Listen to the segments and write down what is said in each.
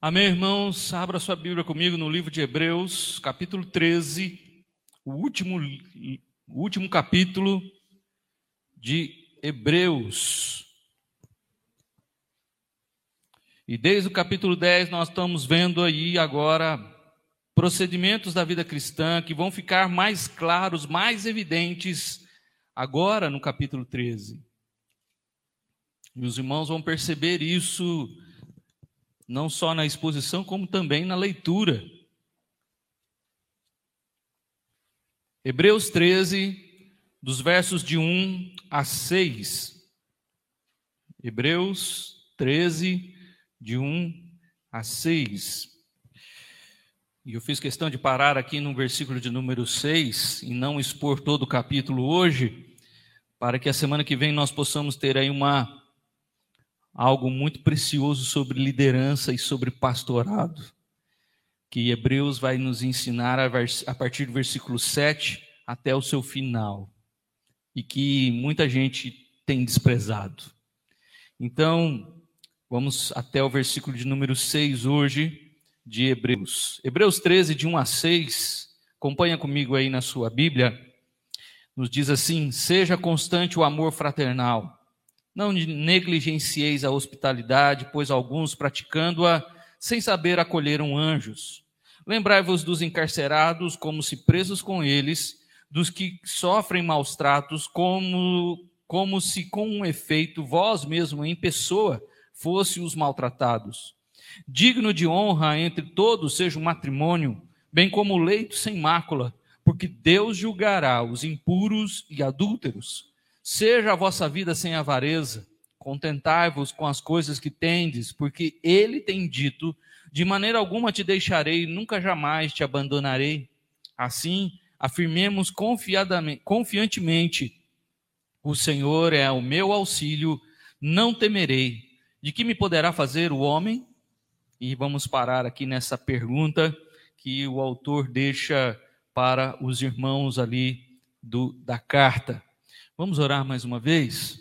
Amém, irmãos? Abra sua Bíblia comigo no livro de Hebreus, capítulo 13, o último capítulo de Hebreus. E desde o capítulo 10 nós estamos vendo aí agora procedimentos da vida cristã que vão ficar mais claros, mais evidentes agora no capítulo 13. E os irmãos vão perceber isso não só na exposição, como também na leitura. Hebreus 13, dos versos de 1 a 6. Hebreus 13, de 1 a 6. E eu fiz questão de parar aqui no versículo de número 6 e não expor todo o capítulo hoje, para que a semana que vem nós possamos ter aí algo muito precioso sobre liderança e sobre pastorado, que Hebreus vai nos ensinar a partir do versículo 7 até o seu final, e que muita gente tem desprezado. Então, vamos até o versículo de número 6 hoje, de Hebreus. Hebreus 13, de 1 a 6, acompanha comigo aí na sua Bíblia, nos diz assim: seja constante o amor fraternal. Não negligencieis a hospitalidade, pois alguns, praticando-a, sem saber acolheram anjos. Lembrai-vos dos encarcerados, como se presos com eles, dos que sofrem maus tratos, como se com um efeito vós mesmo em pessoa fosse os maltratados. Digno de honra entre todos seja o matrimônio, bem como o leito sem mácula, porque Deus julgará os impuros e adúlteros. Seja a vossa vida sem avareza, contentai-vos com as coisas que tendes, porque ele tem dito: de maneira alguma te deixarei, nunca jamais te abandonarei. Assim, afirmemos confiantemente: o Senhor é o meu auxílio, não temerei. De que me poderá fazer o homem? E vamos parar aqui nessa pergunta que o autor deixa para os irmãos ali da carta. Vamos orar mais uma vez?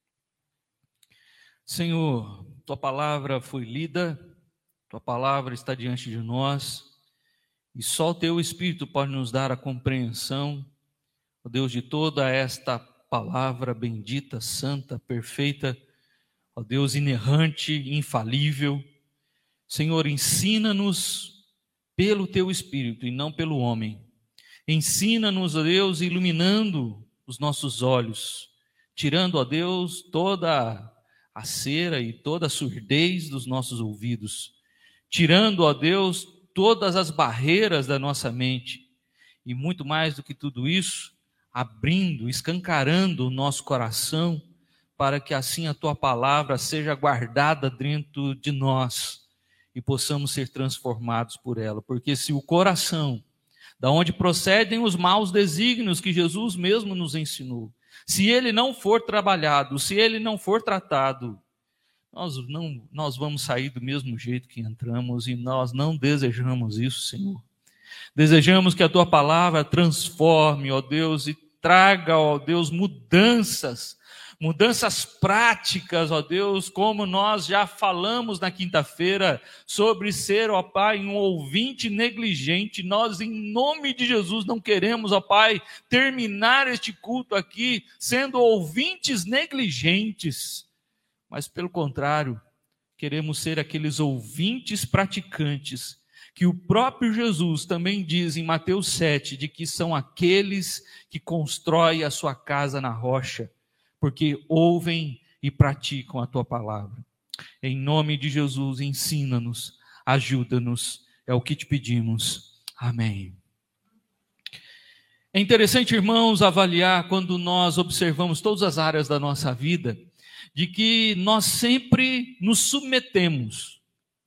Senhor, tua palavra foi lida, tua palavra está diante de nós, e só o teu Espírito pode nos dar a compreensão, ó Deus, de toda esta palavra bendita, santa, perfeita, ó Deus, inerrante, infalível. Senhor, ensina-nos pelo teu Espírito e não pelo homem. Ensina-nos, ó Deus, iluminando os nossos olhos, tirando, ó Deus, toda a cera e toda a surdez dos nossos ouvidos, tirando, ó Deus, todas as barreiras da nossa mente, e muito mais do que tudo isso, abrindo, escancarando o nosso coração, para que assim a tua palavra seja guardada dentro de nós, e possamos ser transformados por ela, porque se o coração, da onde procedem os maus desígnios que Jesus mesmo nos ensinou, se ele não for trabalhado, se ele não for tratado, nós vamos sair do mesmo jeito que entramos, e nós não desejamos isso, Senhor. Desejamos que a tua palavra transforme, ó Deus, e traga, ó Deus, mudanças práticas, ó Deus, como nós já falamos na quinta-feira, sobre ser, ó Pai, um ouvinte negligente. Nós, em nome de Jesus, não queremos, ó Pai, terminar este culto aqui sendo ouvintes negligentes, mas pelo contrário, queremos ser aqueles ouvintes praticantes, que o próprio Jesus também diz em Mateus 7, de que são aqueles que constroem a sua casa na rocha, porque ouvem e praticam a tua palavra. Em nome de Jesus, ensina-nos, ajuda-nos, é o que te pedimos. Amém. É interessante, irmãos, avaliar quando nós observamos todas as áreas da nossa vida, de que nós sempre nos submetemos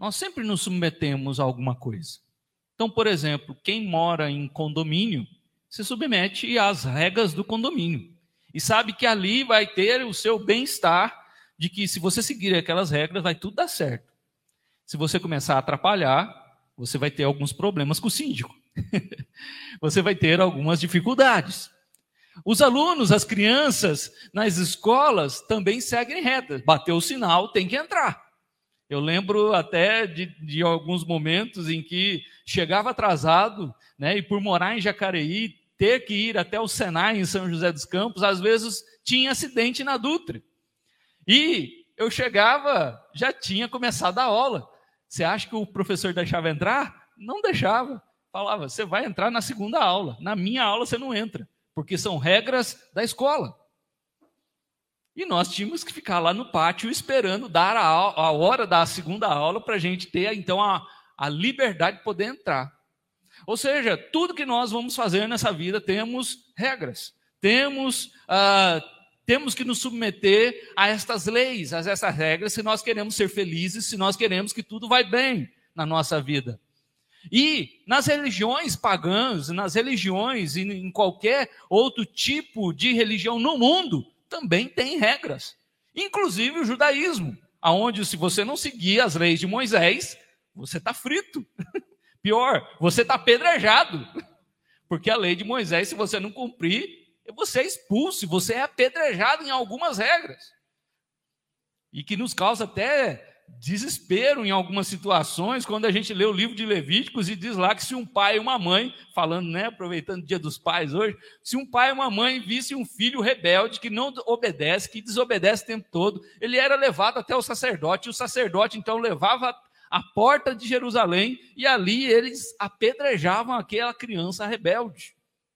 a alguma coisa. Então, por exemplo, quem mora em condomínio se submete às regras do condomínio. E sabe que ali vai ter o seu bem-estar, de que se você seguir aquelas regras, vai tudo dar certo. Se você começar a atrapalhar, você vai ter alguns problemas com o síndico. Você vai ter algumas dificuldades. Os alunos, as crianças, nas escolas, também seguem regras. Bateu o sinal, tem que entrar. Eu lembro até de alguns momentos em que chegava atrasado, né, e por morar em Jacareí, ter que ir até o Senai em São José dos Campos, às vezes tinha acidente na Dutra. E eu chegava, já tinha começado a aula. Você acha que o professor deixava entrar? Não deixava. Falava, você vai entrar na segunda aula. Na minha aula você não entra, porque são regras da escola. E nós tínhamos que ficar lá no pátio esperando dar a hora da segunda aula para a gente ter, então, a liberdade de poder entrar. Ou seja, tudo que nós vamos fazer nessa vida temos regras. Temos que nos submeter a estas leis, a essas regras, se nós queremos ser felizes, se nós queremos que tudo vai bem na nossa vida. E nas religiões pagãs, nas religiões e em qualquer outro tipo de religião no mundo, também tem regras. Inclusive o judaísmo, onde se você não seguir as leis de Moisés, você está frito. Pior, você está apedrejado. Porque a lei de Moisés, se você não cumprir, você é expulso, você é apedrejado em algumas regras. E que nos causa até desespero em algumas situações, quando a gente lê o livro de Levíticos e diz lá que se um pai e uma mãe, falando, né, aproveitando o dia dos pais hoje, se um pai e uma mãe vissem um filho rebelde que não obedece, que desobedece o tempo todo, ele era levado até o sacerdote, e o sacerdote então levava à porta de Jerusalém, e ali eles apedrejavam aquela criança rebelde.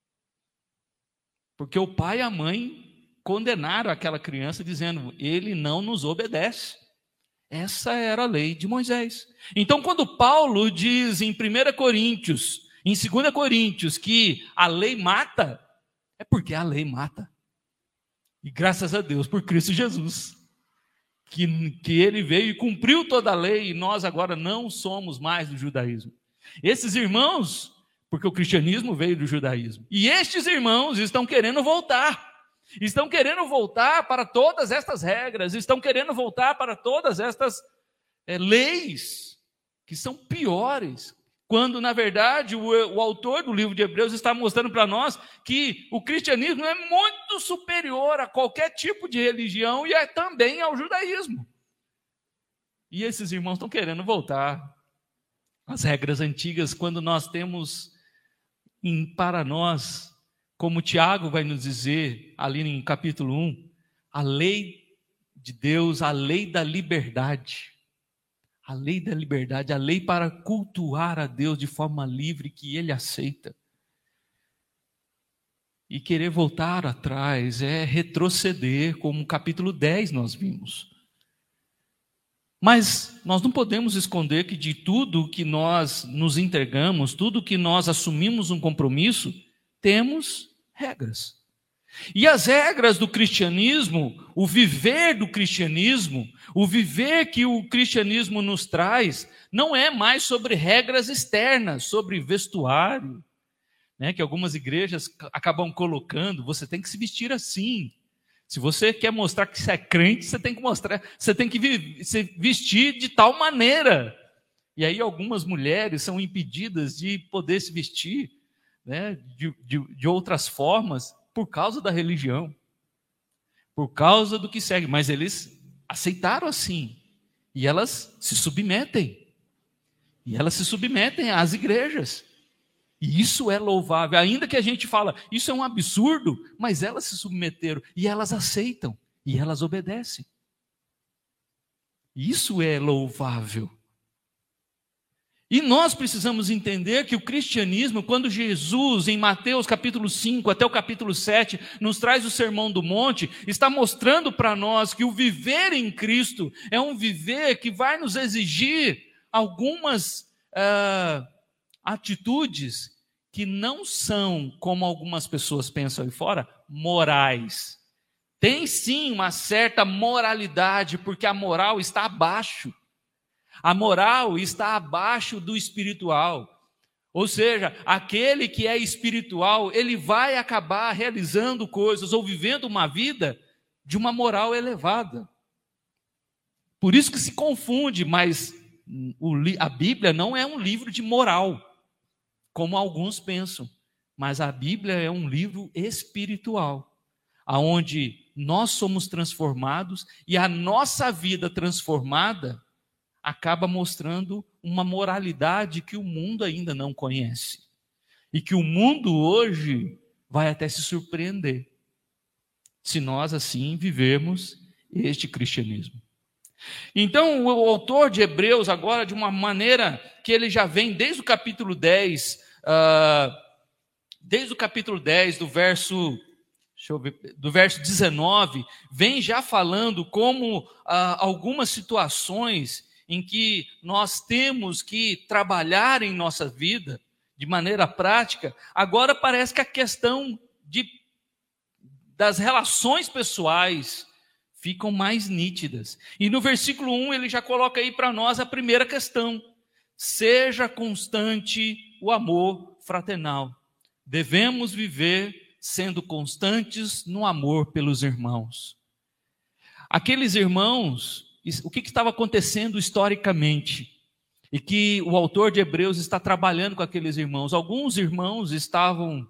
Porque o pai e a mãe condenaram aquela criança dizendo, ele não nos obedece. Essa era a lei de Moisés. Então, quando Paulo diz em 1 Coríntios, em 2 Coríntios, que a lei mata, é porque a lei mata. E graças a Deus por Cristo Jesus, que ele veio e cumpriu toda a lei, e nós agora não somos mais do judaísmo. Esses irmãos, porque o cristianismo veio do judaísmo, e estes irmãos estão querendo voltar. Estão querendo voltar para todas estas regras, estão querendo voltar para todas estas leis que são piores, quando na verdade o autor do livro de Hebreus está mostrando para nós que o cristianismo é muito superior a qualquer tipo de religião e também ao judaísmo. E esses irmãos estão querendo voltar às regras antigas, quando nós temos para nós, como Tiago vai nos dizer ali em capítulo 1, a lei de Deus, a lei da liberdade. A lei da liberdade, a lei para cultuar a Deus de forma livre que Ele aceita. E querer voltar atrás é retroceder, como no capítulo 10 nós vimos. Mas nós não podemos esconder que de tudo que nós nos entregamos, tudo que nós assumimos um compromisso, temos regras. E as regras do cristianismo, o viver do cristianismo, o viver que o cristianismo nos traz, não é mais sobre regras externas, sobre vestuário, né, que algumas igrejas acabam colocando, você tem que se vestir assim. Se você quer mostrar que você é crente, você tem que se vestir de tal maneira. E aí algumas mulheres são impedidas de poder se vestir, né, de outras formas, por causa da religião, por causa do que segue. Mas eles aceitaram assim, e elas se submetem. E elas se submetem às igrejas. E isso é louvável, ainda que a gente fala, isso é um absurdo, mas elas se submeteram, e elas aceitam, e elas obedecem. Isso é louvável. E nós precisamos entender que o cristianismo, quando Jesus, em Mateus capítulo 5 até o capítulo 7, nos traz o Sermão do Monte, está mostrando para nós que o viver em Cristo é um viver que vai nos exigir algumas atitudes que não são, como algumas pessoas pensam aí fora, morais. Tem sim uma certa moralidade, porque a moral está abaixo. A moral está abaixo do espiritual. Ou seja, aquele que é espiritual, ele vai acabar realizando coisas ou vivendo uma vida de uma moral elevada. Por isso que se confunde, mas a Bíblia não é um livro de moral, como alguns pensam, mas a Bíblia é um livro espiritual, onde nós somos transformados e a nossa vida transformada, acaba mostrando uma moralidade que o mundo ainda não conhece. E que o mundo hoje vai até se surpreender, se nós assim vivermos este cristianismo. Então, o autor de Hebreus, agora, de uma maneira que ele já vem desde o capítulo 10, do verso 19, vem já falando como algumas situações em que nós temos que trabalhar em nossa vida de maneira prática. Agora parece que a questão das relações pessoais ficam mais nítidas. E no versículo 1 ele já coloca aí para nós a primeira questão: seja constante o amor fraternal. Devemos viver sendo constantes no amor pelos irmãos. Aqueles irmãos, o que estava acontecendo historicamente? E que o autor de Hebreus está trabalhando com aqueles irmãos. Alguns irmãos estavam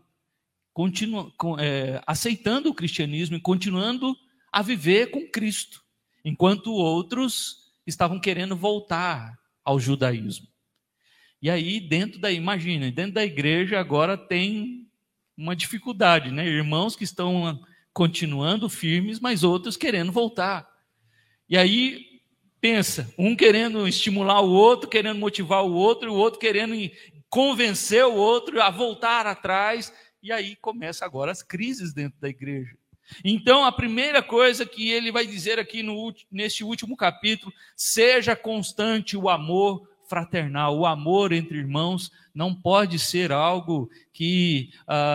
aceitando o cristianismo e continuando a viver com Cristo, enquanto outros estavam querendo voltar ao judaísmo. E aí, dentro da igreja agora tem uma dificuldade, né? Irmãos que estão continuando firmes, mas outros querendo voltar. E aí, pensa, um querendo estimular o outro, querendo motivar o outro querendo convencer o outro a voltar atrás, e aí começa agora as crises dentro da igreja. Então, a primeira coisa que ele vai dizer aqui neste último capítulo: seja constante o amor fraternal. O amor entre irmãos não pode ser algo que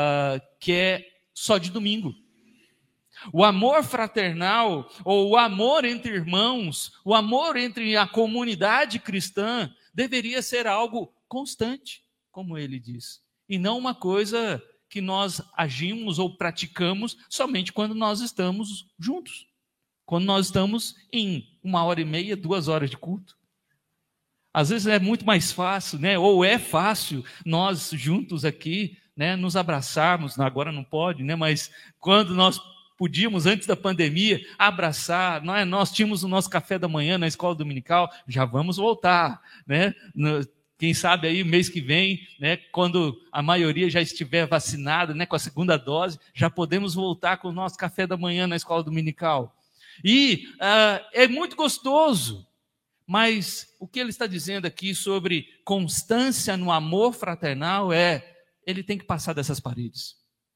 é só de domingo. O amor fraternal, ou o amor entre irmãos, o amor entre a comunidade cristã, deveria ser algo constante, como ele diz, e não uma coisa que nós agimos ou praticamos somente quando nós estamos juntos, quando nós estamos em 1h30, 2 horas de culto. Às vezes é muito mais fácil, né? Ou é fácil nós juntos aqui, né, nos abraçarmos. Agora não pode, né? Mas quando nós podíamos, antes da pandemia, abraçar, nós tínhamos o nosso café da manhã na escola dominical, já vamos voltar, né? Quem sabe aí mês que vem, né, quando a maioria já estiver vacinada, né, com a segunda dose, já podemos voltar com o nosso café da manhã na escola dominical. E é muito gostoso, mas o que ele está dizendo aqui sobre constância no amor fraternal ele tem que passar dessas paredes.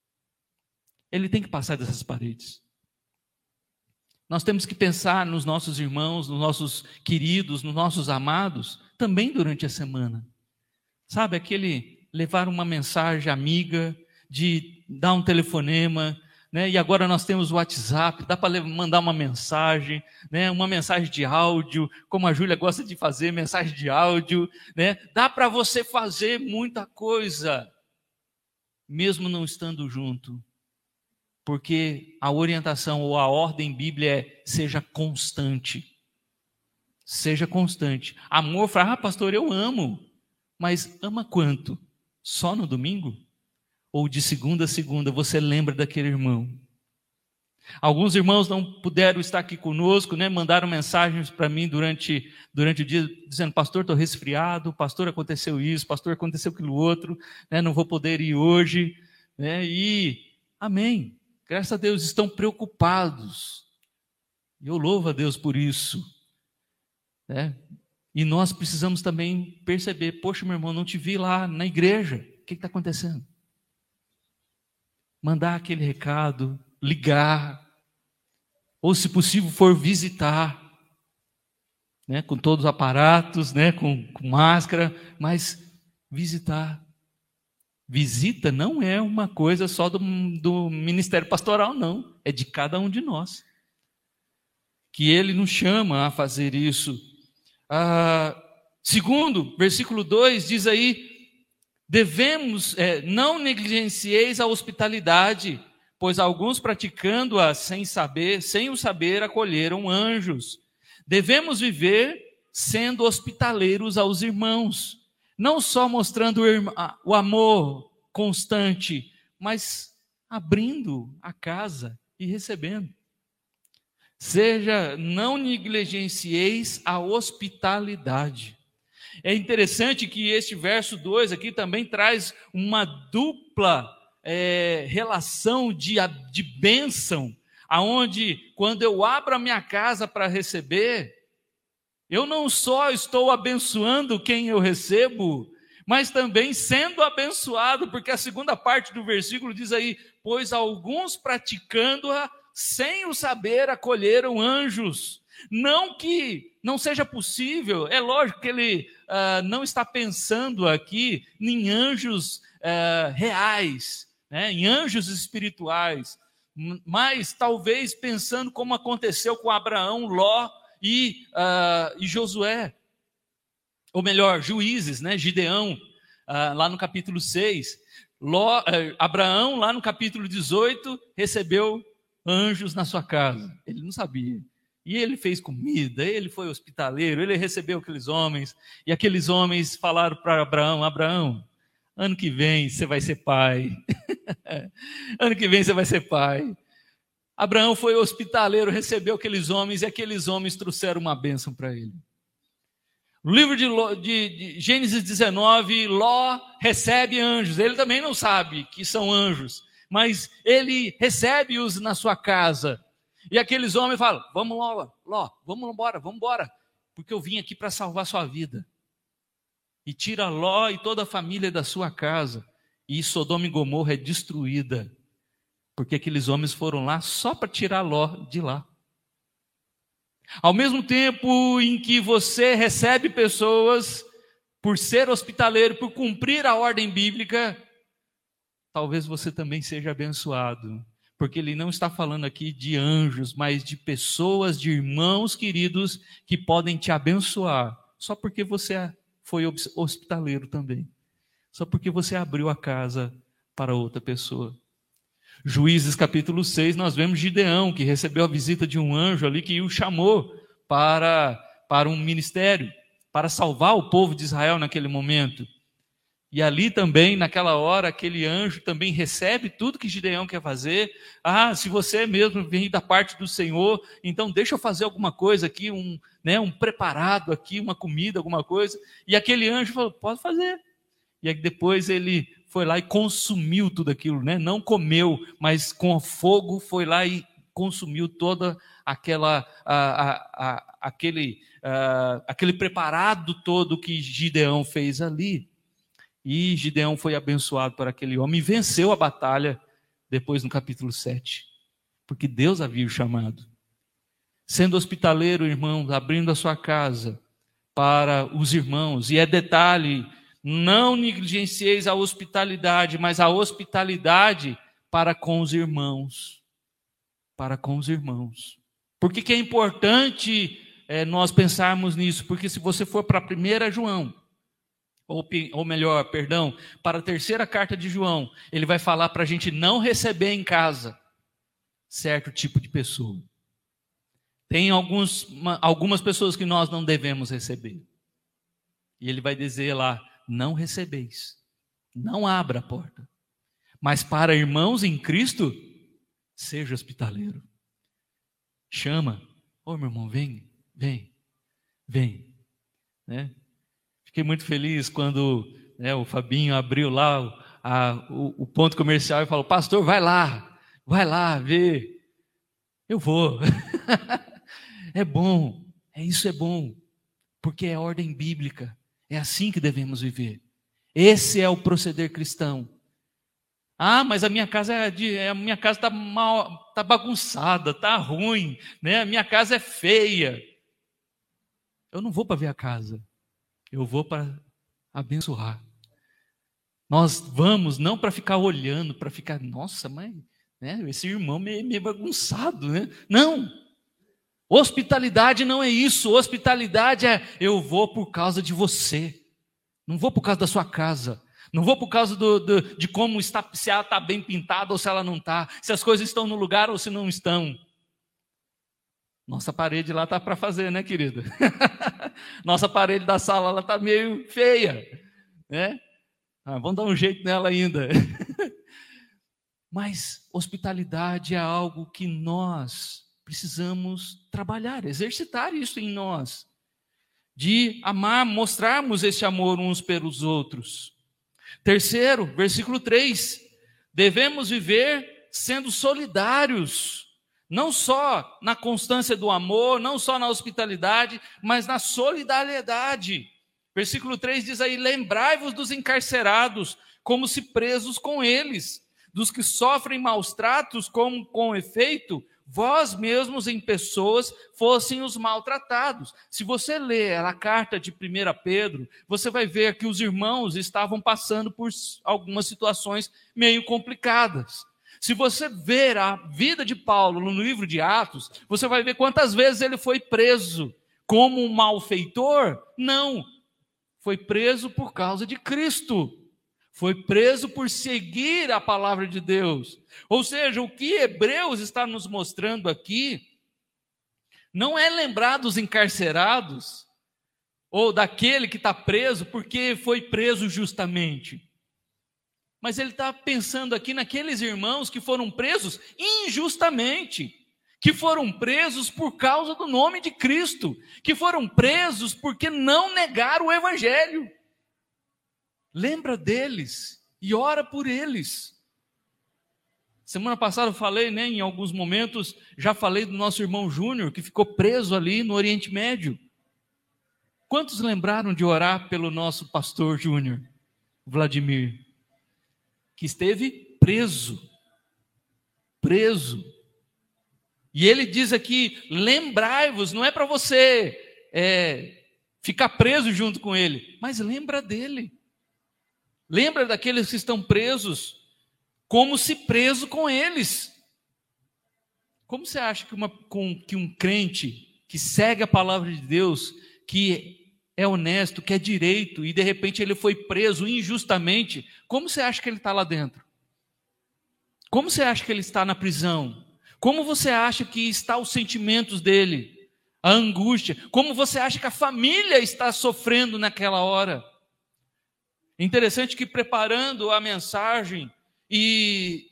Ele tem que passar dessas paredes. Nós temos que pensar nos nossos irmãos, nos nossos queridos, nos nossos amados, também durante a semana. Sabe, aquele levar uma mensagem amiga, de dar um telefonema, né? E agora nós temos o WhatsApp, dá para mandar uma mensagem, né? Uma mensagem de áudio, como a Júlia gosta de fazer, mensagem de áudio, né? Dá para você fazer muita coisa, mesmo não estando junto. Porque a orientação ou a ordem bíblica é: seja constante. Seja constante. Amor, fala: pastor, eu amo. Mas ama quanto? Só no domingo? Ou de segunda a segunda você lembra daquele irmão? Alguns irmãos não puderam estar aqui conosco, né? Mandaram mensagens para mim durante o dia, dizendo: pastor, estou resfriado, pastor, aconteceu isso, pastor, aconteceu aquilo outro, né? Não vou poder ir hoje, né? E amém. Graças a Deus, estão preocupados. E eu louvo a Deus por isso. Né? E nós precisamos também perceber: poxa, meu irmão, não te vi lá na igreja. O que está acontecendo? Mandar aquele recado, ligar, ou se possível for visitar, né? Com todos os aparatos, né? com máscara, mas visitar. Visita não é uma coisa só do ministério pastoral, não. É de cada um de nós. Que ele nos chama a fazer isso. Segundo, versículo 2 diz aí: não negligencieis a hospitalidade, pois alguns praticando-a sem o saber, acolheram anjos. Devemos viver sendo hospitaleiros aos irmãos, não só mostrando o amor constante, mas abrindo a casa e recebendo. não negligencieis a hospitalidade. É interessante que este verso 2 aqui também traz uma dupla relação de bênção, aonde quando eu abro a minha casa para receber, eu não só estou abençoando quem eu recebo, mas também sendo abençoado, porque a segunda parte do versículo diz aí, pois alguns praticando-a sem o saber acolheram anjos. Não que não seja possível, é lógico que ele não está pensando aqui em anjos reais, né, em anjos espirituais, mas talvez pensando como aconteceu com Abraão, Ló e Josué, ou melhor, Juízes, né, Gideão, lá no capítulo 6, Abraão, lá no capítulo 18, recebeu anjos na sua casa, ele não sabia, e ele fez comida, ele foi hospitaleiro, ele recebeu aqueles homens, e aqueles homens falaram para Abraão, Abraão, ano que vem você vai ser pai, ano que vem você vai ser pai. Abraão foi hospitaleiro, recebeu aqueles homens, e aqueles homens trouxeram uma bênção para ele. No livro de Gênesis 19, Ló recebe anjos, ele também não sabe que são anjos, mas ele recebe-os na sua casa, e aqueles homens falam, vamos Ló, vamos embora, porque eu vim aqui para salvar sua vida, e tira Ló e toda a família da sua casa, e Sodoma e Gomorra é destruída, porque aqueles homens foram lá só para tirar Ló de lá. Ao mesmo tempo em que você recebe pessoas por ser hospitaleiro, por cumprir a ordem bíblica, talvez você também seja abençoado, porque ele não está falando aqui de anjos, mas de pessoas, de irmãos queridos que podem te abençoar, só porque você foi hospitaleiro também, só porque você abriu a casa para outra pessoa. Juízes capítulo 6, nós vemos Gideão, que recebeu a visita de um anjo ali, que o chamou para um ministério, para salvar o povo de Israel naquele momento. E ali também, naquela hora, aquele anjo também recebe tudo que Gideão quer fazer. Se você mesmo vem da parte do Senhor, então deixa eu fazer alguma coisa aqui, um preparado aqui, uma comida, alguma coisa. E aquele anjo falou, pode fazer. E aí depois ele foi lá e consumiu tudo aquilo, né? Não comeu, mas com fogo foi lá e consumiu toda aquele preparado todo que Gideão fez ali. E Gideão foi abençoado por aquele homem e venceu a batalha depois no capítulo 7, porque Deus havia o chamado. Sendo hospitaleiro, irmãos, abrindo a sua casa para os irmãos, e detalhe, não negligencieis a hospitalidade, mas a hospitalidade para com os irmãos. Para com os irmãos. Por que é importante nós pensarmos nisso? Porque se você for para a 1 João, ou melhor, para a 3ª carta de João, ele vai falar para a gente não receber em casa certo tipo de pessoa. Tem algumas pessoas que nós não devemos receber. E ele vai dizer lá, não recebeis, não abra a porta. Mas para irmãos em Cristo, seja hospitaleiro. Chama, meu irmão, vem. Né? Fiquei muito feliz quando o Fabinho abriu lá o ponto comercial e falou, pastor, vai lá ver. Eu vou. É bom, isso é bom, porque é ordem bíblica. É assim que devemos viver. Esse é o proceder cristão. Mas a minha casa está mal, está bagunçada, está ruim, né? A minha casa é feia. Eu não vou para ver a casa, eu vou para abençoar. Nós vamos não para ficar olhando, para ficar, nossa, mas esse irmão meio bagunçado, né? Não! Hospitalidade não é isso. Hospitalidade é, eu vou por causa de você. Não vou por causa da sua casa. Não vou por causa de como está, se ela está bem pintada ou se ela não está. Se as coisas estão no lugar ou se não estão. Nossa parede lá está para fazer, né, querida? Nossa parede da sala ela está meio feia, né? Vamos dar um jeito nela ainda. Mas hospitalidade é algo que nós precisamos trabalhar, exercitar isso em nós, de amar, mostrarmos esse amor uns pelos outros. Terceiro, versículo 3, devemos viver sendo solidários, não só na constância do amor, não só na hospitalidade, mas na solidariedade. Versículo 3 diz aí: lembrai-vos dos encarcerados, como se presos com eles, dos que sofrem maus tratos, como com efeito vós mesmos em pessoas fossem os maltratados. Se você ler a carta de 1 Pedro, você vai ver que os irmãos estavam passando por algumas situações meio complicadas. Se você ver a vida de Paulo no livro de Atos, você vai ver quantas vezes ele foi preso como um malfeitor. Não, foi preso por causa de Cristo. Foi preso por seguir a palavra de Deus. Ou seja, o que Hebreus está nos mostrando aqui não é lembrar dos encarcerados ou daquele que está preso porque foi preso justamente. Mas ele está pensando aqui naqueles irmãos que foram presos injustamente, que foram presos por causa do nome de Cristo, que foram presos porque não negaram o evangelho. Lembra deles e ora por eles. Semana passada eu falei, em alguns momentos, já falei do nosso irmão Júnior, que ficou preso ali no Oriente Médio. Quantos lembraram de orar pelo nosso pastor Júnior, Vladimir, que esteve preso? E ele diz aqui, lembrai-vos, não é para você ficar preso junto com ele, mas lembra dele. Lembra daqueles que estão presos, como se preso com eles. Como você acha que um crente que segue a palavra de Deus, que é honesto, que é direito, e de repente ele foi preso injustamente, como você acha que ele está lá dentro? Como você acha que ele está na prisão? Como você acha que estão os sentimentos dele? A angústia? Como você acha que a família está sofrendo naquela hora? Interessante que preparando a mensagem e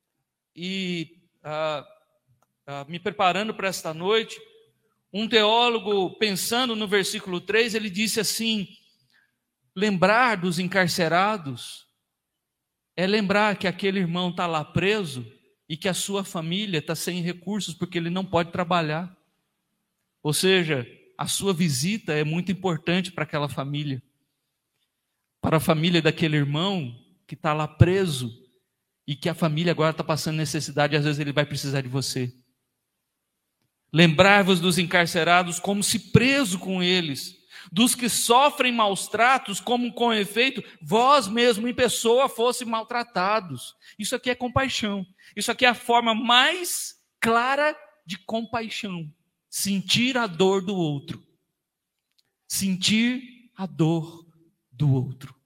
me preparando para esta noite, um teólogo, pensando no versículo 3, ele disse assim: lembrar dos encarcerados é lembrar que aquele irmão está lá preso e que a sua família está sem recursos porque ele não pode trabalhar. Ou seja, a sua visita é muito importante para aquela família. Para a família daquele irmão que está lá preso e que a família agora está passando necessidade e às vezes ele vai precisar de você. Lembrai-vos dos encarcerados como se preso com eles, dos que sofrem maus tratos, como com efeito vós mesmo em pessoa fossem maltratados. Isso aqui é compaixão. Isso aqui é a forma mais clara de compaixão. Sentir a dor do outro. Sentir a dor do outro.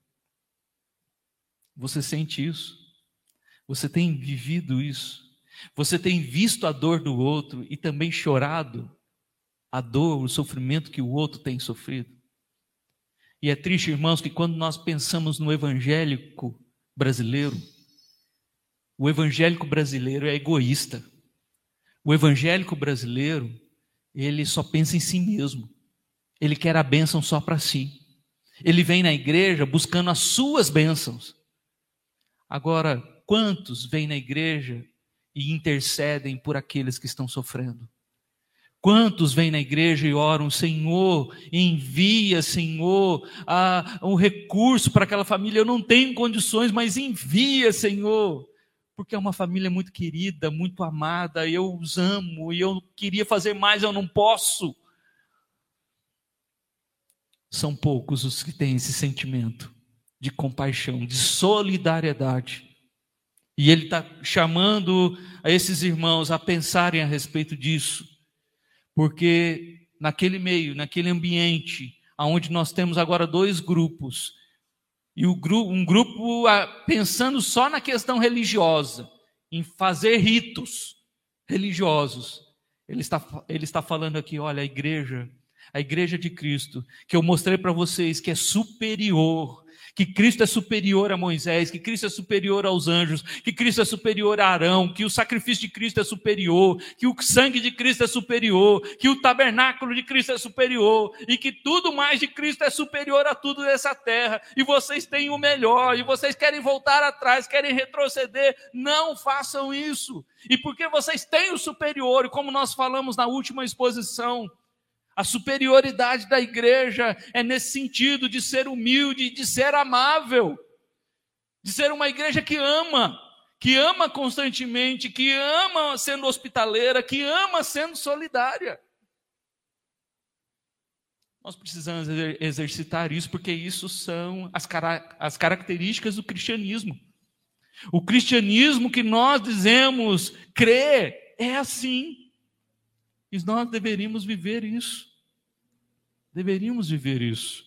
Você sente isso? Você tem vivido isso? Você tem visto a dor do outro e também chorado a dor, o sofrimento que o outro tem sofrido? E é triste, irmãos, que quando nós pensamos no evangélico brasileiro, o evangélico brasileiro é egoísta. O evangélico brasileiro, ele só pensa em si mesmo. Ele quer a bênção só para si. Ele vem na igreja buscando as suas bênçãos. Agora, quantos vêm na igreja e intercedem por aqueles que estão sofrendo? Quantos vêm na igreja e oram: Senhor, envia, Senhor, um recurso para aquela família, eu não tenho condições, mas envia, Senhor, porque é uma família muito querida, muito amada, eu os amo, e eu queria fazer mais, eu não posso. São poucos os que têm esse sentimento de compaixão, de solidariedade. E ele está chamando a esses irmãos a pensarem a respeito disso, porque naquele meio, naquele ambiente, onde nós temos agora dois grupos, e um grupo pensando só na questão religiosa, em fazer ritos religiosos, ele está falando aqui: olha, a igreja de Cristo, que eu mostrei para vocês que é superior, Que Cristo é superior a Moisés, que Cristo é superior aos anjos, que Cristo é superior a Arão, que o sacrifício de Cristo é superior, que o sangue de Cristo é superior, que o tabernáculo de Cristo é superior, e que tudo mais de Cristo é superior a tudo dessa terra, e vocês têm o melhor, e vocês querem voltar atrás, querem retroceder, não façam isso. E porque vocês têm o superior, e como nós falamos na última exposição, a superioridade da igreja é nesse sentido de ser humilde, de ser amável, de ser uma igreja que ama constantemente, que ama sendo hospitaleira, que ama sendo solidária. Nós precisamos exercitar isso, porque isso são as características do cristianismo. O cristianismo que nós dizemos crer é assim. E nós deveríamos viver isso. Deveríamos viver isso.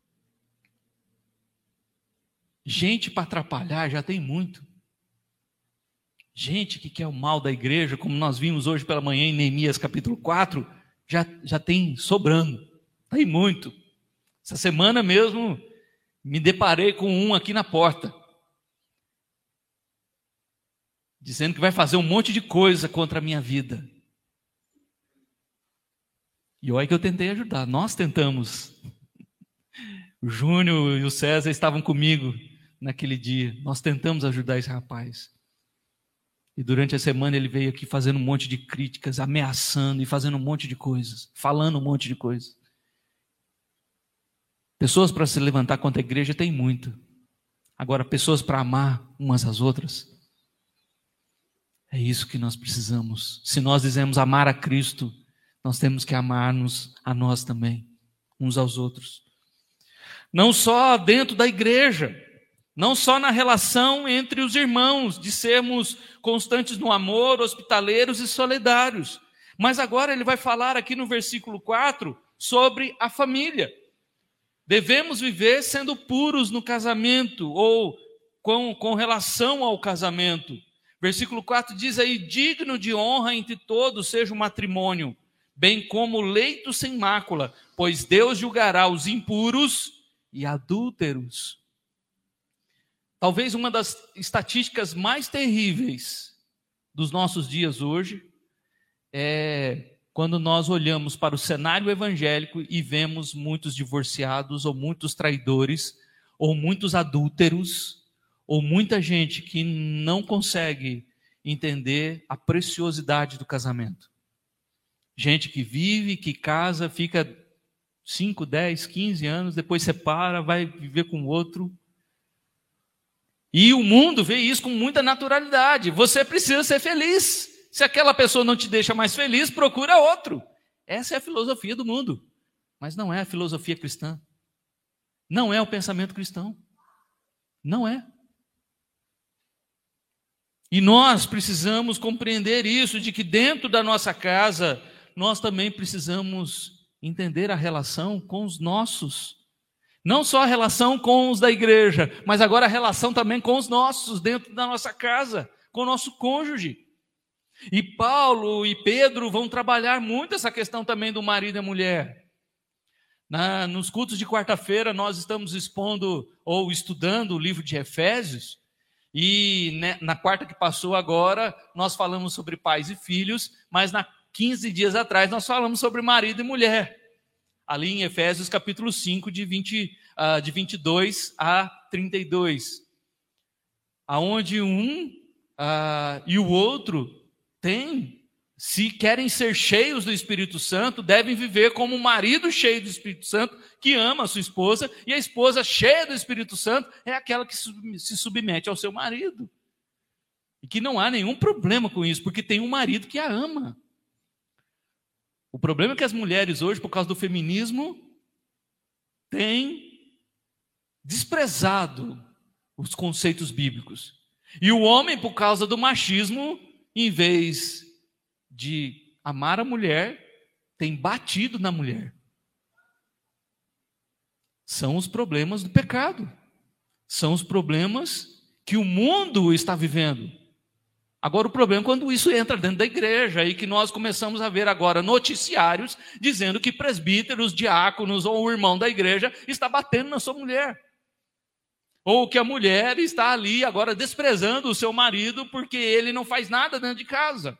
Gente para atrapalhar já tem muito. Gente que quer o mal da igreja, como nós vimos hoje pela manhã em Neemias capítulo 4, já tem sobrando. Tem muito. Essa semana mesmo me deparei com um aqui na porta, dizendo que vai fazer um monte de coisa contra a minha vida. E olha que eu tentei ajudar, nós tentamos. O Júnior e o César estavam comigo naquele dia, nós tentamos ajudar esse rapaz. E durante a semana ele veio aqui fazendo um monte de críticas, ameaçando e fazendo um monte de coisas, falando um monte de coisas. Pessoas para se levantar contra a igreja tem muito. Agora, pessoas para amar umas às outras, é isso que nós precisamos. Se nós dizemos amar a Cristo, nós temos que amar-nos a nós também, uns aos outros. Não só dentro da igreja, não só na relação entre os irmãos, de sermos constantes no amor, hospitaleiros e solidários. Mas agora ele vai falar aqui no versículo 4 sobre a família. Devemos viver sendo puros no casamento ou com relação ao casamento. Versículo 4 diz aí, digno de honra entre todos seja o matrimônio, bem como o leito sem mácula, pois Deus julgará os impuros e adúlteros. Talvez uma das estatísticas mais terríveis dos nossos dias hoje é quando nós olhamos para o cenário evangélico e vemos muitos divorciados, ou muitos traidores, ou muitos adúlteros, ou muita gente que não consegue entender a preciosidade do casamento. Gente que vive, que casa, fica 5, 10, 15 anos, depois separa, vai viver com outro. E o mundo vê isso com muita naturalidade. Você precisa ser feliz. Se aquela pessoa não te deixa mais feliz, procura outro. Essa é a filosofia do mundo. Mas não é a filosofia cristã. Não é o pensamento cristão. Não é. E nós precisamos compreender isso, de que dentro da nossa casa, nós também precisamos entender a relação com os nossos. Não só a relação com os da igreja, mas agora a relação também com os nossos, dentro da nossa casa, com o nosso cônjuge. E Paulo e Pedro vão trabalhar muito essa questão também do marido e a mulher. Nos cultos de quarta-feira nós estamos expondo ou estudando o livro de Efésios, e na quarta que passou agora nós falamos sobre pais e filhos, mas 15 dias atrás nós falamos sobre marido e mulher, ali em Efésios capítulo 5, de 22 a 32, aonde um e o outro se querem ser cheios do Espírito Santo, devem viver como um marido cheio do Espírito Santo, que ama a sua esposa, e a esposa cheia do Espírito Santo é aquela que se submete ao seu marido. E que não há nenhum problema com isso, porque tem um marido que a ama. O problema é que as mulheres hoje, por causa do feminismo, têm desprezado os conceitos bíblicos. E o homem, por causa do machismo, em vez de amar a mulher, tem batido na mulher. São os problemas do pecado. São os problemas que o mundo está vivendo. Agora o problema é quando isso entra dentro da igreja, e que nós começamos a ver agora noticiários dizendo que presbíteros, diáconos ou o irmão da igreja está batendo na sua mulher. Ou que a mulher está ali agora desprezando o seu marido porque ele não faz nada dentro de casa.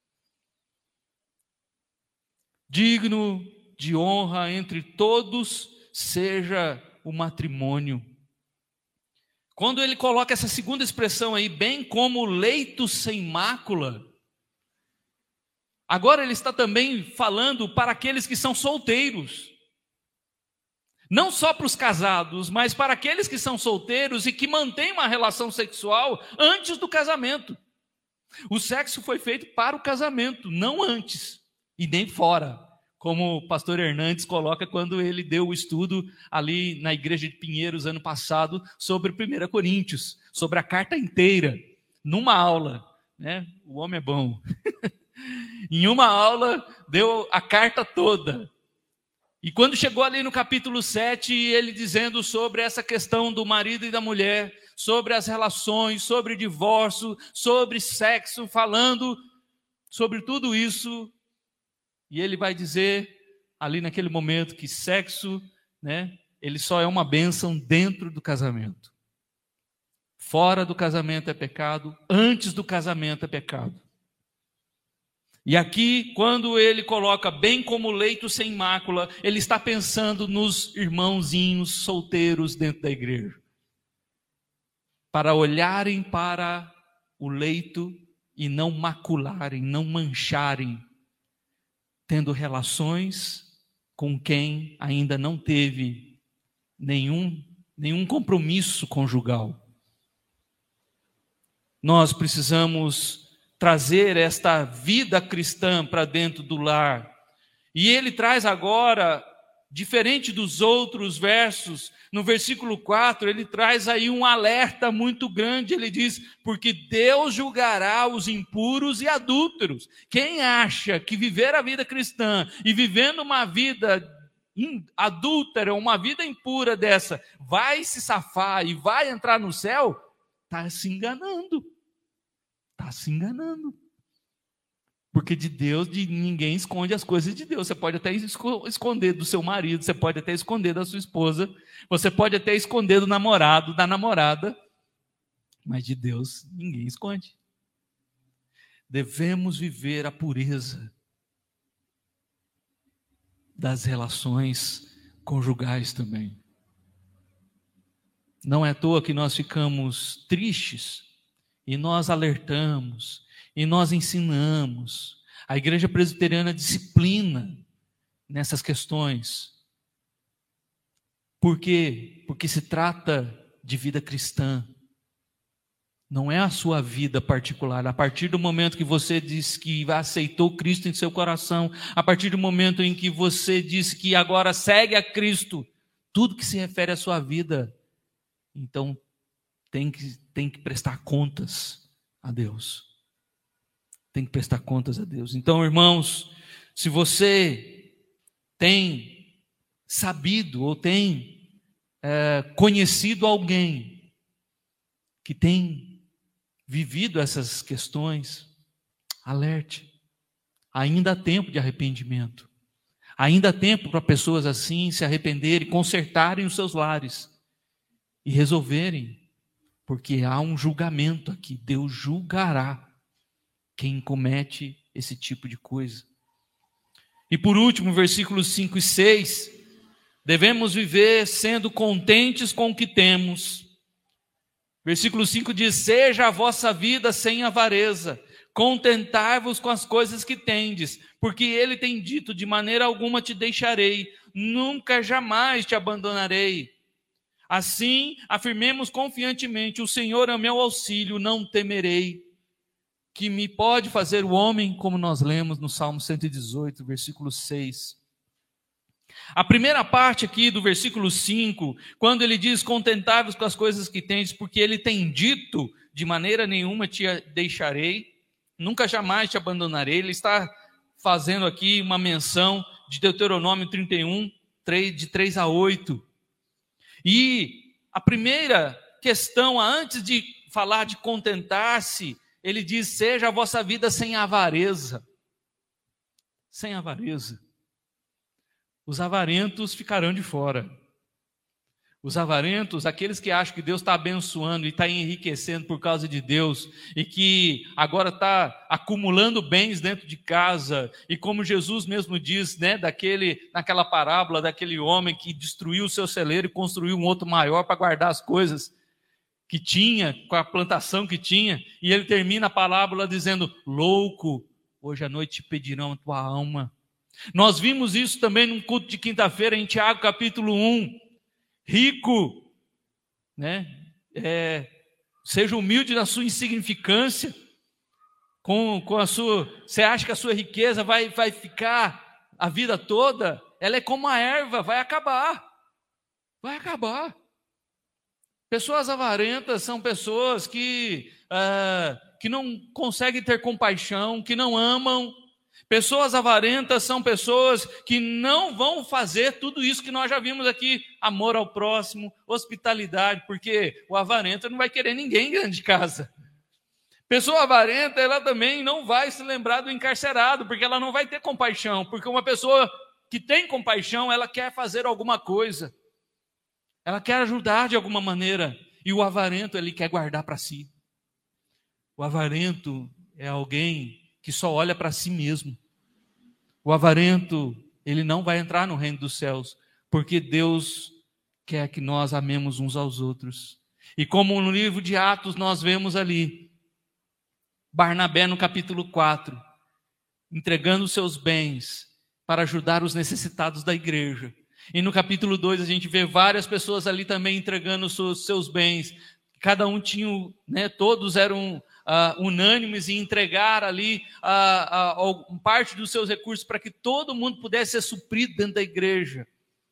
Digno de honra entre todos seja o matrimônio. Quando ele coloca essa segunda expressão aí, bem como leito sem mácula, agora ele está também falando para aqueles que são solteiros. Não só para os casados, mas para aqueles que são solteiros e que mantêm uma relação sexual antes do casamento. O sexo foi feito para o casamento, não antes e nem fora, como o pastor Hernandes coloca quando ele deu o estudo ali na igreja de Pinheiros ano passado sobre 1 Coríntios, sobre a carta inteira, numa aula, né? O homem é bom. Em uma aula deu a carta toda. E quando chegou ali no capítulo 7, ele dizendo sobre essa questão do marido e da mulher, sobre as relações, sobre divórcio, sobre sexo, falando sobre tudo isso, e ele vai dizer ali naquele momento que sexo, né, ele só é uma bênção dentro do casamento. Fora do casamento é pecado, antes do casamento é pecado. E aqui, quando ele coloca bem como leito sem mácula, ele está pensando nos irmãozinhos solteiros dentro da igreja. Para olharem para o leito e não macularem, não mancharem, tendo relações com quem ainda não teve nenhum compromisso conjugal. Nós precisamos trazer esta vida cristã para dentro do lar. E ele traz agora, diferente dos outros versos, no versículo 4, ele traz aí um alerta muito grande. Ele diz, porque Deus julgará os impuros e adúlteros. Quem acha que viver a vida cristã e vivendo uma vida adúltera, uma vida impura dessa, vai se safar e vai entrar no céu, está se enganando. Está se enganando. Porque de Deus, ninguém esconde as coisas de Deus. Você pode até esconder do seu marido, você pode até esconder da sua esposa, você pode até esconder do namorado, da namorada, mas de Deus ninguém esconde. Devemos viver a pureza das relações conjugais também. Não é à toa que nós ficamos tristes, e nós alertamos, e nós ensinamos. A igreja presbiteriana disciplina nessas questões. Por quê? Porque se trata de vida cristã. Não é a sua vida particular. A partir do momento que você diz que aceitou Cristo em seu coração, a partir do momento em que você diz que agora segue a Cristo, tudo que se refere à sua vida, então tem que prestar contas a Deus. Tem que prestar contas a Deus. Então, irmãos, se você tem sabido ou tem conhecido alguém que tem vivido essas questões, alerte. Ainda há tempo de arrependimento. Ainda há tempo para pessoas assim se arrependerem, consertarem os seus lares e resolverem. Porque há um julgamento aqui. Deus julgará quem comete esse tipo de coisa. E por último, versículos 5 e 6. Devemos viver sendo contentes com o que temos. Versículo 5 diz, seja a vossa vida sem avareza. Contentai-vos com as coisas que tendes. Porque ele tem dito, de maneira alguma te deixarei. Nunca jamais te abandonarei. Assim, afirmemos confiantemente, o Senhor é meu auxílio, não temerei. Que me pode fazer o homem, como nós lemos no Salmo 118, versículo 6. A primeira parte aqui do versículo 5, quando ele diz, contentai-vos com as coisas que tendes, porque ele tem dito, de maneira nenhuma te deixarei, nunca jamais te abandonarei. Ele está fazendo aqui uma menção de Deuteronômio 31, de 3 a 8. E a primeira questão, antes de falar de contentar-se, ele diz, seja a vossa vida sem avareza. Sem avareza. Os avarentos ficarão de fora. Os avarentos, aqueles que acham que Deus está abençoando e está enriquecendo por causa de Deus, e que agora está acumulando bens dentro de casa, e como Jesus mesmo diz, né, naquela parábola daquele homem que destruiu o seu celeiro e construiu um outro maior para guardar as coisas que tinha, com a plantação que tinha, e ele termina a parábola dizendo: louco, hoje à noite te pedirão a tua alma. Nós vimos isso também num culto de quinta-feira em Tiago capítulo 1. Rico, né? Seja humilde na sua insignificância, com a sua. Você acha que a sua riqueza vai ficar a vida toda? Ela é como a erva, vai acabar. Vai acabar. Pessoas avarentas são pessoas que não conseguem ter compaixão, que não amam. Pessoas avarentas são pessoas que não vão fazer tudo isso que nós já vimos aqui: amor ao próximo, hospitalidade, porque o avarento não vai querer ninguém dentro de casa. Pessoa avarenta, ela também não vai se lembrar do encarcerado, porque ela não vai ter compaixão, porque uma pessoa que tem compaixão, ela quer fazer alguma coisa, ela quer ajudar de alguma maneira, e o avarento, ele quer guardar para si. O avarento é alguém que só olha para si mesmo. O avarento, ele não vai entrar no reino dos céus, porque Deus quer que nós amemos uns aos outros. E como no livro de Atos nós vemos ali, Barnabé no capítulo 4, entregando os seus bens para ajudar os necessitados da igreja. E no capítulo 2 a gente vê várias pessoas ali também entregando os seus bens. Cada um tinha, né, todos eram unânimes em entregar ali parte dos seus recursos para que todo mundo pudesse ser suprido dentro da igreja.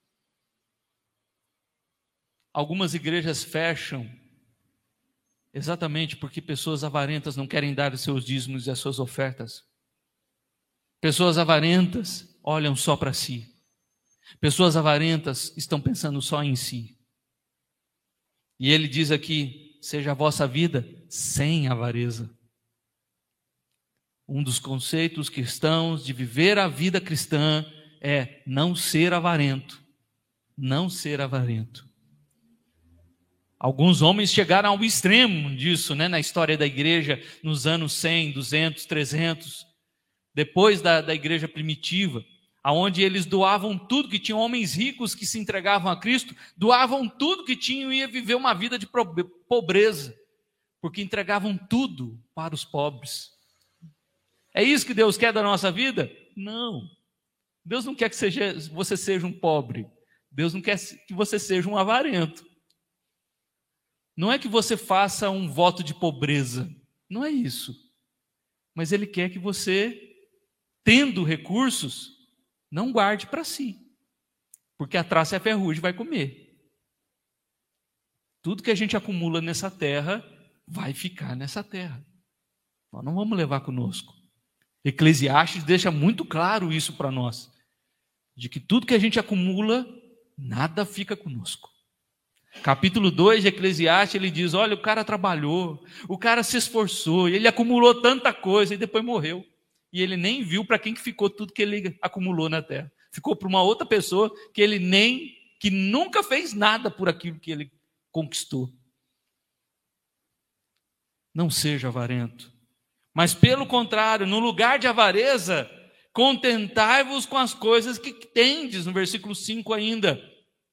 Algumas igrejas fecham exatamente porque pessoas avarentas não querem dar os seus dízimos e as suas ofertas. Pessoas avarentas olham só para si. Pessoas avarentas estão pensando só em si. E ele diz aqui: seja a vossa vida sem avareza. Um dos conceitos cristãos de viver a vida cristã é não ser avarento. Não ser avarento. Alguns homens chegaram ao extremo disso, né, na história da igreja, nos anos 100, 200, 300, depois da igreja primitiva, aonde eles doavam tudo que tinham. Homens ricos que se entregavam a Cristo, doavam tudo que tinham e ia viver uma vida de pobreza, porque entregavam tudo para os pobres. É isso que Deus quer da nossa vida? Não. Deus não quer que você seja um pobre. Deus não quer que você seja um avarento. Não é que você faça um voto de pobreza. Não é isso. Mas Ele quer que você, tendo recursos, não guarde para si. Porque a traça e a ferrugem vai comer. Tudo que a gente acumula nessa terra vai ficar nessa terra. Nós não vamos levar conosco. Eclesiastes deixa muito claro isso para nós. De que tudo que a gente acumula, nada fica conosco. Capítulo 2 de Eclesiastes, ele diz: olha, o cara trabalhou, o cara se esforçou, ele acumulou tanta coisa e depois morreu. E ele nem viu para quem que ficou tudo que ele acumulou na terra. Ficou para uma outra pessoa que nunca fez nada por aquilo que ele conquistou. Não seja avarento. Mas pelo contrário, no lugar de avareza, contentai-vos com as coisas que tendes, no versículo 5 ainda.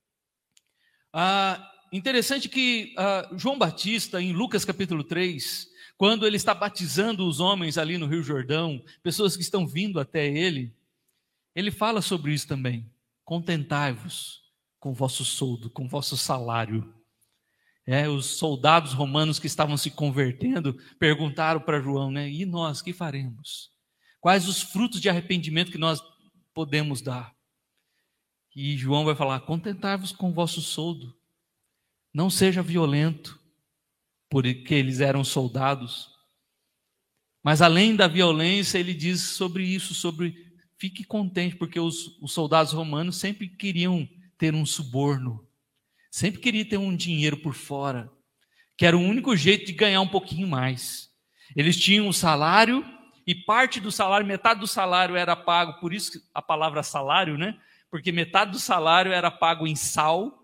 Interessante que João Batista, em Lucas capítulo 3, quando ele está batizando os homens ali no Rio Jordão, pessoas que estão vindo até ele fala sobre isso também. Contentai-vos com o vosso soldo, com o vosso salário. Os soldados romanos que estavam se convertendo perguntaram para João, né? E nós, que faremos? Quais os frutos de arrependimento que nós podemos dar? E João vai falar: contentai-vos com o vosso soldo. Não seja violento, porque eles eram soldados. Mas além da violência, ele diz sobre isso, fique contente, porque os soldados romanos sempre queriam ter um suborno. Sempre queriam ter um dinheiro por fora, que era o único jeito de ganhar um pouquinho mais. Eles tinham um salário, e parte do salário, metade do salário era pago, por isso a palavra salário, né? Porque metade do salário era pago em sal,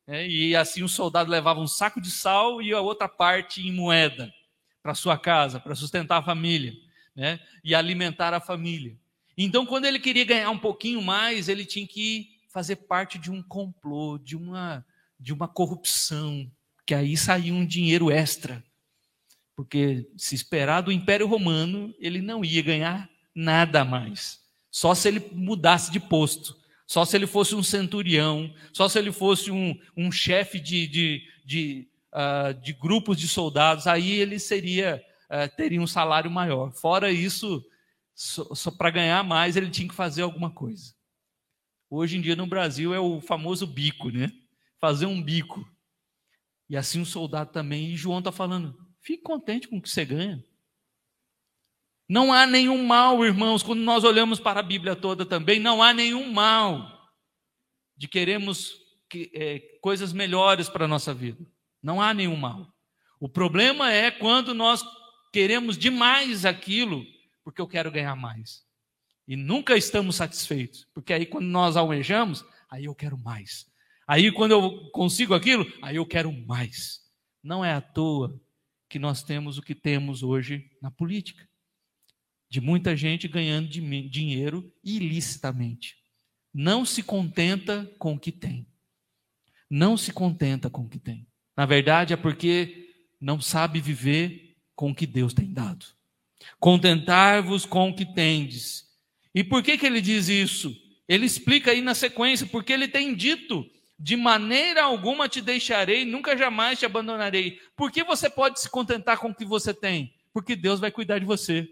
E assim o soldado levava um saco de sal e a outra parte em moeda para sua casa, para sustentar a família, né? E alimentar a família. Então, quando ele queria ganhar um pouquinho mais, ele tinha que fazer parte de um complô, de uma corrupção, que aí saía um dinheiro extra. Porque se esperar do Império Romano, ele não ia ganhar nada a mais. Só se ele mudasse de posto, só se ele fosse um centurião, só se ele fosse um chefe de grupos de soldados, aí ele teria um salário maior. Fora isso, só para ganhar mais, ele tinha que fazer alguma coisa. Hoje em dia no Brasil é o famoso bico, né? Fazer um bico. E assim o soldado também. E João está falando, fique contente com o que você ganha. Não há nenhum mal, irmãos, quando nós olhamos para a Bíblia toda também, não há nenhum mal de queremos coisas melhores para a nossa vida. Não há nenhum mal. O problema é quando nós queremos demais aquilo, porque eu quero ganhar mais. E nunca estamos satisfeitos, porque aí quando nós almejamos, aí eu quero mais. Aí quando eu consigo aquilo, aí eu quero mais. Não é à toa que nós temos o que temos hoje na política. De muita gente ganhando dinheiro ilicitamente. Não se contenta com o que tem. Não se contenta com o que tem. Na verdade é porque não sabe viver com o que Deus tem dado. Contentar-vos com o que tendes. E por que ele diz isso? Ele explica aí na sequência, porque ele tem dito, de maneira alguma te deixarei, nunca jamais te abandonarei. Por que você pode se contentar com o que você tem? Porque Deus vai cuidar de você.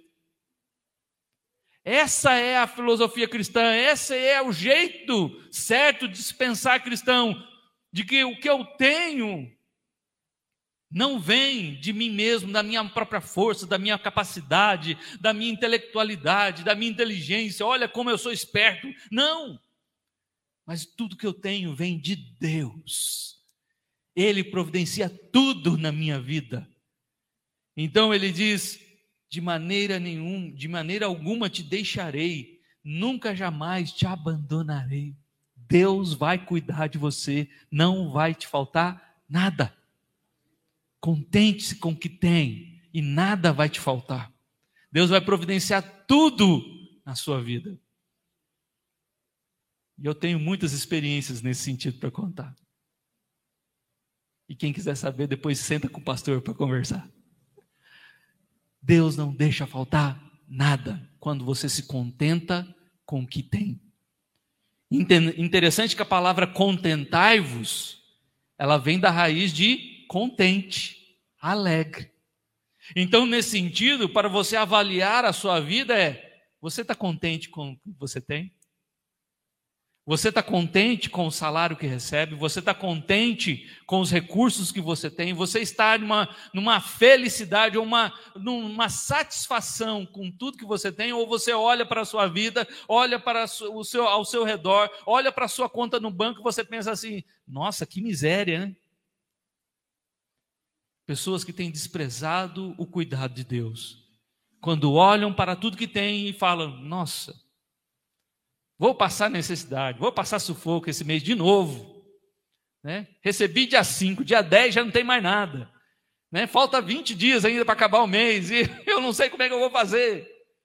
Essa é a filosofia cristã, esse é o jeito certo de se pensar cristão, de que o que eu tenho não vem de mim mesmo, da minha própria força, da minha capacidade, da minha intelectualidade, da minha inteligência, olha como eu sou esperto. Não! Mas tudo que eu tenho vem de Deus. Ele providencia tudo na minha vida. Então ele diz, de maneira alguma te deixarei, nunca jamais te abandonarei. Deus vai cuidar de você, não vai te faltar nada. Contente-se com o que tem e nada vai te faltar. Deus vai providenciar tudo na sua vida. E eu tenho muitas experiências nesse sentido para contar. E quem quiser saber, depois senta com o pastor para conversar. Deus não deixa faltar nada quando você se contenta com o que tem. Interessante que a palavra contentai-vos, ela vem da raiz de contente, alegre. Então, nesse sentido, para você avaliar a sua vida você está contente com o que você tem? Você está contente com o salário que recebe? Você está contente com os recursos que você tem? Você está numa felicidade ou numa satisfação com tudo que você tem? Ou você olha para a sua vida, olha para ao seu redor, olha para a sua conta no banco e você pensa assim, nossa, que miséria, né? Pessoas que têm desprezado o cuidado de Deus. Quando olham para tudo que têm e falam, nossa, vou passar necessidade, vou passar sufoco esse mês de novo. Né? Recebi dia 5, dia 10 já não tem mais nada. Né? Falta 20 dias ainda para acabar o mês e eu não sei como é que eu vou fazer.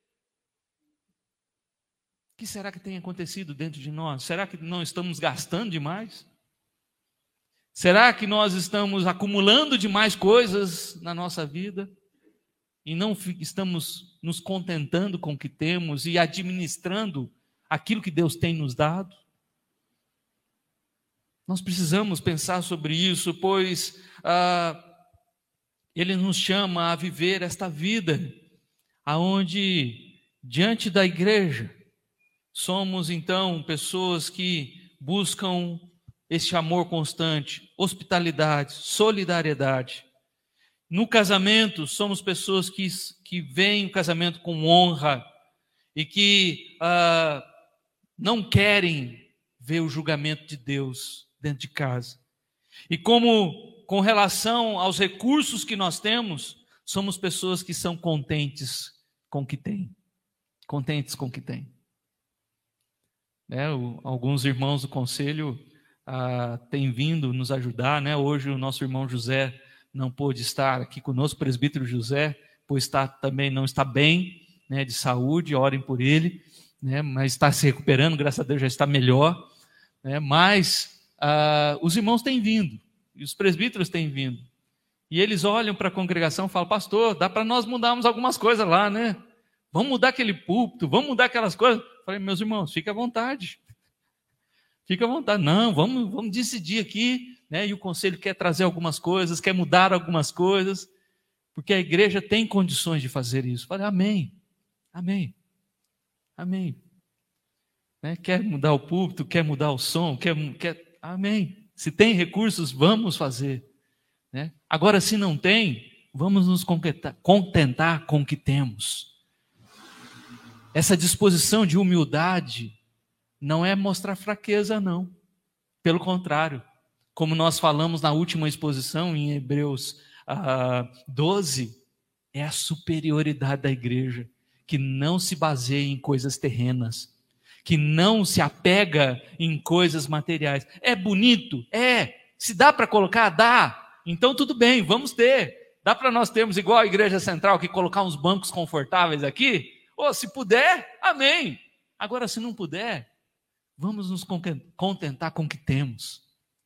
O que será que tem acontecido dentro de nós? Será que não estamos gastando demais? Será que nós estamos acumulando demais coisas na nossa vida e não estamos nos contentando com o que temos e administrando aquilo que Deus tem nos dado? Nós precisamos pensar sobre isso, pois Ele nos chama a viver esta vida, aonde diante da igreja somos então pessoas que buscam este amor constante, hospitalidade, solidariedade. No casamento, somos pessoas que veem o casamento com honra e que não querem ver o julgamento de Deus dentro de casa. E com relação aos recursos que nós temos, somos pessoas que são contentes com o que têm. Contentes com o que têm. Alguns irmãos do conselho tem vindo nos ajudar, né? Hoje o nosso irmão José não pôde estar aqui conosco, o presbítero José, pois também não está bem, né, de saúde, orem por ele, né? Mas está se recuperando, graças a Deus já está melhor, né? Mas os irmãos têm vindo, e os presbíteros têm vindo, e eles olham para a congregação e falam: pastor, dá para nós mudarmos algumas coisas lá, né? Vamos mudar aquele púlpito, vamos mudar aquelas coisas. Eu falei: meus irmãos, fique à vontade. Fique à vontade. Não, vamos decidir aqui, né? E o conselho quer trazer algumas coisas, quer mudar algumas coisas, porque a igreja tem condições de fazer isso. Eu falei: amém, amém, amém. Né? Quer mudar o púlpito, quer mudar o som, amém. Se tem recursos, vamos fazer. Né? Agora, se não tem, vamos nos contentar com o que temos. Essa disposição de humildade não é mostrar fraqueza, não. Pelo contrário, como nós falamos na última exposição, em Hebreus 12, é a superioridade da igreja, que não se baseia em coisas terrenas, que não se apega em coisas materiais. É bonito? É. Se dá para colocar? Dá. Então tudo bem, vamos ter. Dá para nós termos, igual a igreja central, que colocar uns bancos confortáveis aqui? Ou se puder, amém. Agora, se não puder, vamos nos contentar com o que temos.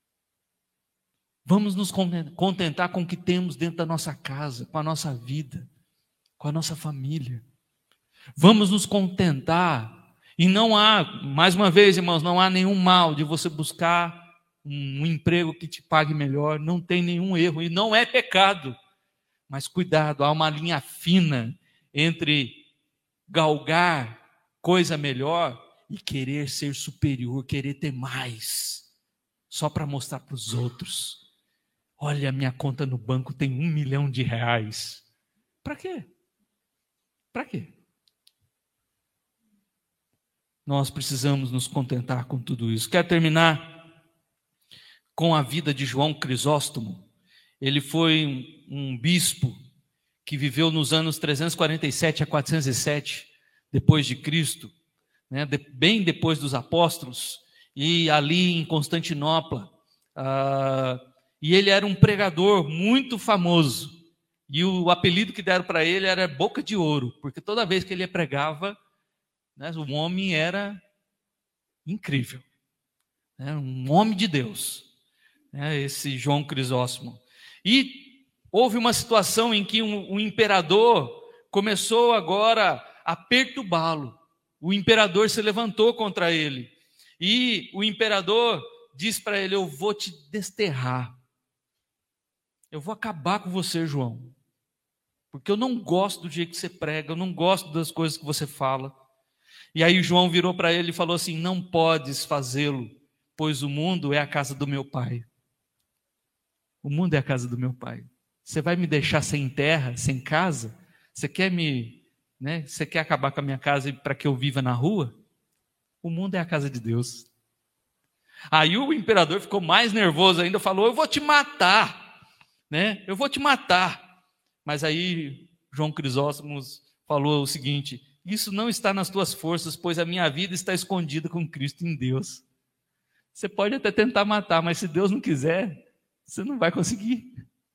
Vamos nos contentar com o que temos dentro da nossa casa, com a nossa vida, com a nossa família. Vamos nos contentar. E não há, mais uma vez, irmãos, não há nenhum mal de você buscar um emprego que te pague melhor. Não tem nenhum erro e não é pecado. Mas cuidado, há uma linha fina entre galgar coisa melhor e querer ser superior, querer ter mais, só para mostrar para os outros. Olha, minha conta no banco tem R$1 milhão. Para quê? Para quê? Nós precisamos nos contentar com tudo isso. Quero terminar com a vida de João Crisóstomo. Ele foi um bispo que viveu nos anos 347 a 407 depois de Cristo, né, bem depois dos apóstolos, e ali em Constantinopla. E ele era um pregador muito famoso, e o apelido que deram para ele era Boca de Ouro, porque toda vez que ele pregava, né, o homem era incrível, né, um homem de Deus, né, esse João Crisóstomo. E houve uma situação em que um imperador começou agora a perturbá-lo. O imperador se levantou contra ele. E o imperador disse para ele: eu vou te desterrar. Eu vou acabar com você, João. Porque eu não gosto do jeito que você prega, eu não gosto das coisas que você fala. E aí João virou para ele e falou assim: não podes fazê-lo, pois o mundo é a casa do meu pai. O mundo é a casa do meu pai. Você vai me deixar sem terra, sem casa? Você quer você quer acabar com a minha casa para que eu viva na rua? O mundo é a casa de Deus. Aí o imperador ficou mais nervoso ainda, falou: eu vou te matar, né? Eu vou te matar. Mas aí João Crisóstomo falou o seguinte: isso não está nas tuas forças, pois a minha vida está escondida com Cristo em Deus. Você pode até tentar matar, mas se Deus não quiser, você não vai conseguir.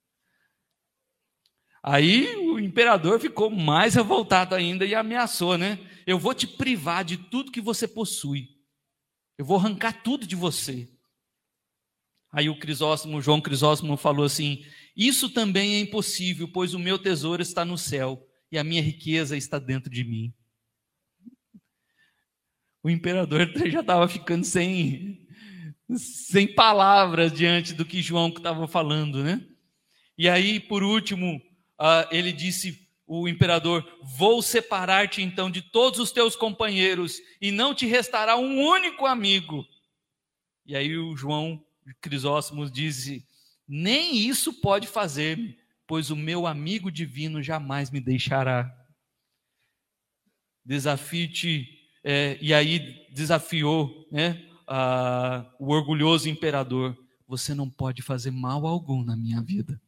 Aí o imperador ficou mais revoltado ainda e ameaçou, né? Eu vou te privar de tudo que você possui. Eu vou arrancar tudo de você. Aí João Crisóstomo falou assim: isso também é impossível, pois o meu tesouro está no céu e a minha riqueza está dentro de mim. O imperador já estava ficando sem palavras diante do que João estava falando, né? E aí, por último, ele disse, o imperador: vou separar-te então de todos os teus companheiros e não te restará um único amigo. E aí o João Crisóstomo disse: nem isso pode fazer-me, pois o meu amigo divino jamais me deixará. Desafio-te, e aí desafiou, né, o orgulhoso imperador: você não pode fazer mal algum na minha vida.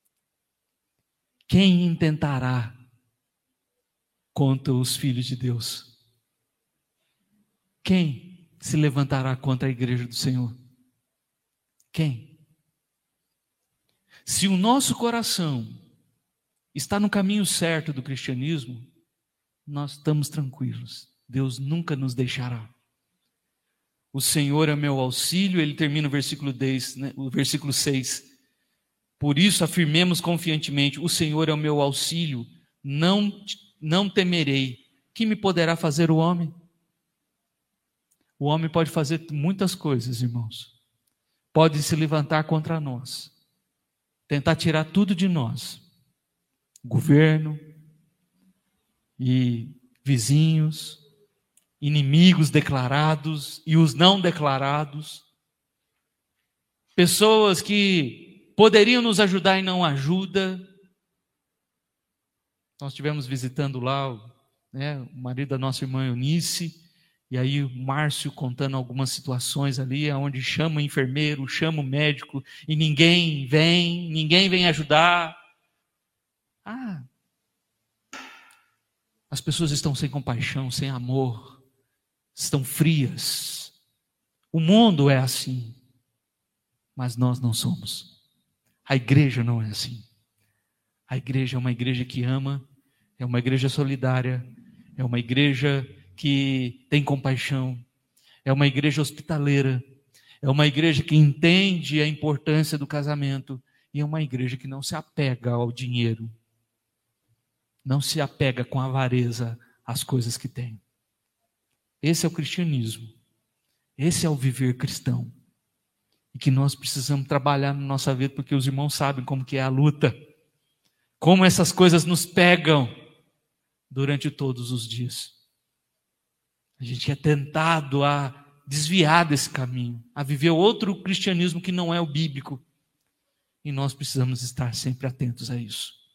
Quem intentará contra os filhos de Deus? Quem se levantará contra a igreja do Senhor? Quem? Se o nosso coração está no caminho certo do cristianismo, nós estamos tranquilos. Deus nunca nos deixará. O Senhor é meu auxílio, ele termina o versículo 10, né? O versículo 6. Por isso afirmemos confiantemente, o Senhor é o meu auxílio, não temerei. Que me poderá fazer o homem? O homem pode fazer muitas coisas, irmãos. Pode se levantar contra nós, tentar tirar tudo de nós. Governo e vizinhos, inimigos declarados e os não declarados. Pessoas que poderiam nos ajudar e não ajudam. Nós estivemos visitando lá o marido da nossa irmã Eunice, e aí o Márcio contando algumas situações ali, onde chama o enfermeiro, chama o médico, e ninguém vem ajudar. As pessoas estão sem compaixão, sem amor, estão frias. O mundo é assim, mas nós não somos. A igreja não é assim. A igreja é uma igreja que ama, é uma igreja solidária, é uma igreja que tem compaixão, é uma igreja hospitaleira, é uma igreja que entende a importância do casamento, e é uma igreja que não se apega ao dinheiro, não se apega com avareza às coisas que tem. Esse é o cristianismo, esse é o viver cristão, e que nós precisamos trabalhar na nossa vida, porque os irmãos sabem como que é a luta, como essas coisas nos pegam durante todos os dias. A gente é tentado a desviar desse caminho, a viver outro cristianismo que não é o bíblico. E nós precisamos estar sempre atentos a isso.